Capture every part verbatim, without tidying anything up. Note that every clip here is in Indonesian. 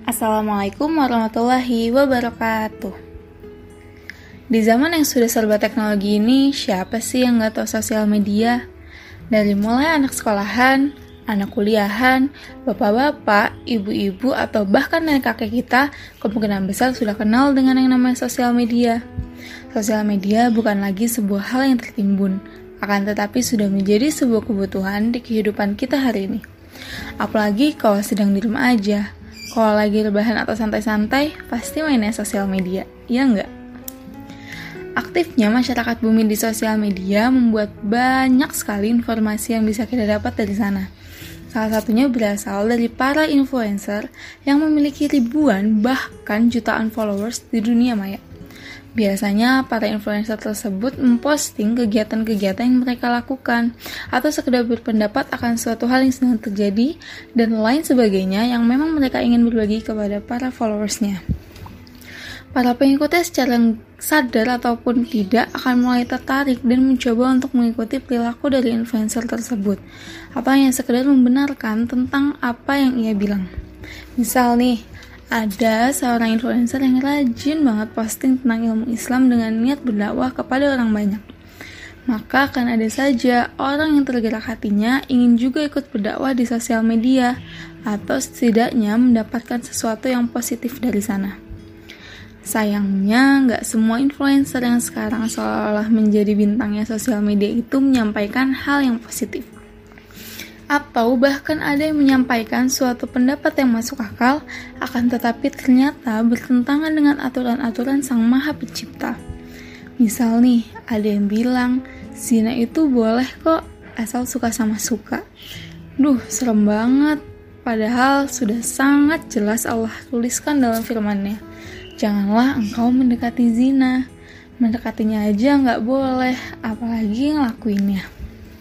Assalamualaikum warahmatullahi wabarakatuh. Di zaman yang sudah serba teknologi ini, siapa sih yang gak tahu sosial media? Dari mulai anak sekolahan, anak kuliahan, bapak-bapak, ibu-ibu, atau bahkan nenek kakek kita, kemungkinan besar sudah kenal dengan yang namanya sosial media. Sosial media bukan lagi sebuah hal yang tertimbun, akan tetapi sudah menjadi sebuah kebutuhan di kehidupan kita hari ini. Apalagi kalau sedang di rumah aja. Kalau lagi rebahan atau santai-santai, pasti mainnya sosial media, iya nggak? Aktifnya masyarakat bumi di sosial media membuat banyak sekali informasi yang bisa kita dapat dari sana. Salah satunya berasal dari para influencer yang memiliki ribuan bahkan jutaan followers di dunia maya. Biasanya para influencer tersebut memposting kegiatan-kegiatan yang mereka lakukan atau sekedar berpendapat akan suatu hal yang sedang terjadi dan lain sebagainya yang memang mereka ingin berbagi kepada para followersnya. Para pengikutnya secara sadar ataupun tidak akan mulai tertarik dan mencoba untuk mengikuti perilaku dari influencer tersebut atau hanya sekedar membenarkan tentang apa yang ia bilang. Misal nih, ada seorang influencer yang rajin banget posting tentang ilmu Islam dengan niat berdakwah kepada orang banyak. Maka akan ada saja orang yang tergerak hatinya ingin juga ikut berdakwah di sosial media atau setidaknya mendapatkan sesuatu yang positif dari sana. Sayangnya, nggak semua influencer yang sekarang seolah-olah menjadi bintangnya sosial media itu menyampaikan hal yang positif. Atau bahkan ada yang menyampaikan suatu pendapat yang masuk akal, akan tetapi ternyata bertentangan dengan aturan-aturan Sang Maha Pencipta. Misal nih, ada yang bilang, zina itu boleh kok, asal suka sama suka. Duh, serem banget. Padahal sudah sangat jelas Allah tuliskan dalam firman-Nya. Janganlah engkau mendekati zina. Mendekatinya aja nggak boleh, apalagi ngelakuinnya.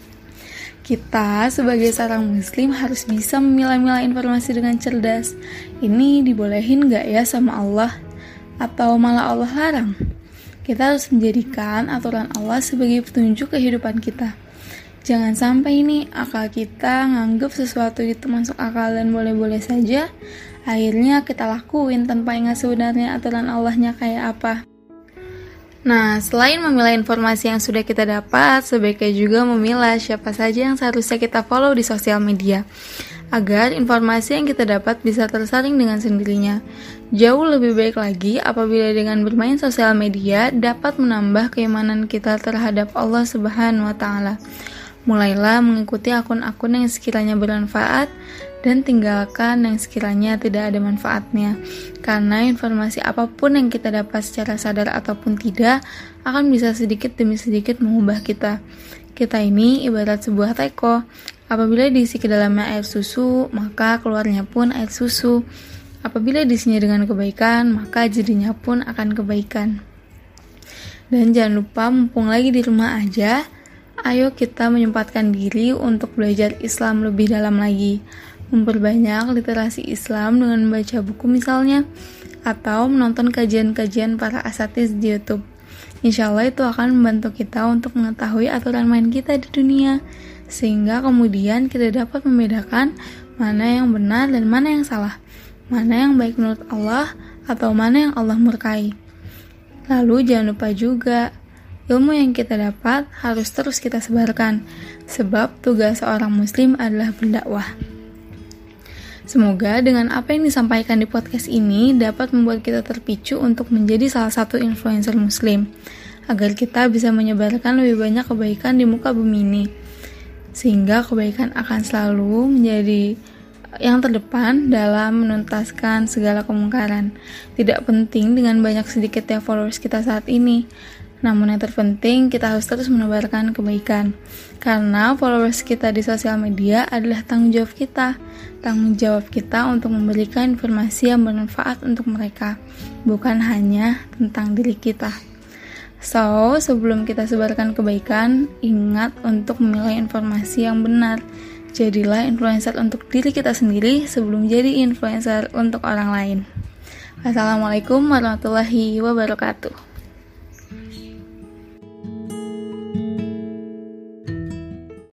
Kita sebagai seorang muslim harus bisa memilah-milah informasi dengan cerdas. Ini dibolehin gak ya sama Allah? Atau malah Allah larang? Kita harus menjadikan aturan Allah sebagai petunjuk kehidupan kita. Jangan sampai ini akal kita nganggep sesuatu itu masuk akal dan boleh-boleh saja, akhirnya kita lakuin tanpa ingat sebenarnya aturan Allahnya kayak apa. Nah, selain memilah informasi yang sudah kita dapat, sebaiknya juga memilah siapa saja yang seharusnya kita follow di sosial media, agar informasi yang kita dapat bisa tersaring dengan sendirinya. Jauh lebih baik lagi apabila dengan bermain sosial media dapat menambah keimanan kita terhadap Allah Subhanahu wa Ta'ala. Mulailah mengikuti akun-akun yang sekiranya bermanfaat dan tinggalkan yang sekiranya tidak ada manfaatnya. Karena informasi apapun yang kita dapat secara sadar ataupun tidak akan bisa sedikit demi sedikit mengubah kita. Kita ini ibarat sebuah teko. Apabila diisi ke dalamnya air susu, maka keluarnya pun air susu. Apabila diisinya dengan kebaikan, maka jadinya pun akan kebaikan. Dan jangan lupa, mumpung lagi di rumah aja, ayo kita menyempatkan diri untuk belajar Islam lebih dalam lagi. Memperbanyak literasi Islam dengan membaca buku misalnya, atau menonton kajian-kajian para asatiz di YouTube. Insya Allah itu akan membantu kita untuk mengetahui aturan main kita di dunia, sehingga kemudian kita dapat membedakan mana yang benar dan mana yang salah, mana yang baik menurut Allah atau mana yang Allah murkai. Lalu jangan lupa juga, ilmu yang kita dapat harus terus kita sebarkan, sebab tugas seorang muslim adalah berdakwah. Semoga dengan apa yang disampaikan di podcast ini dapat membuat kita terpicu untuk menjadi salah satu influencer muslim, agar kita bisa menyebarkan lebih banyak kebaikan di muka bumi ini, sehingga kebaikan akan selalu menjadi yang terdepan dalam menuntaskan segala kemungkaran. Tidak penting dengan banyak sedikitnya followers kita saat ini, namun yang terpenting kita harus terus menebarkan kebaikan. Karena followers kita di sosial media adalah tanggung jawab kita. Tanggung jawab kita untuk memberikan informasi yang bermanfaat untuk mereka, bukan hanya tentang diri kita. So, sebelum kita sebarkan kebaikan, ingat untuk memilah informasi yang benar. Jadilah influencer untuk diri kita sendiri sebelum jadi influencer untuk orang lain. Assalamualaikum warahmatullahi wabarakatuh.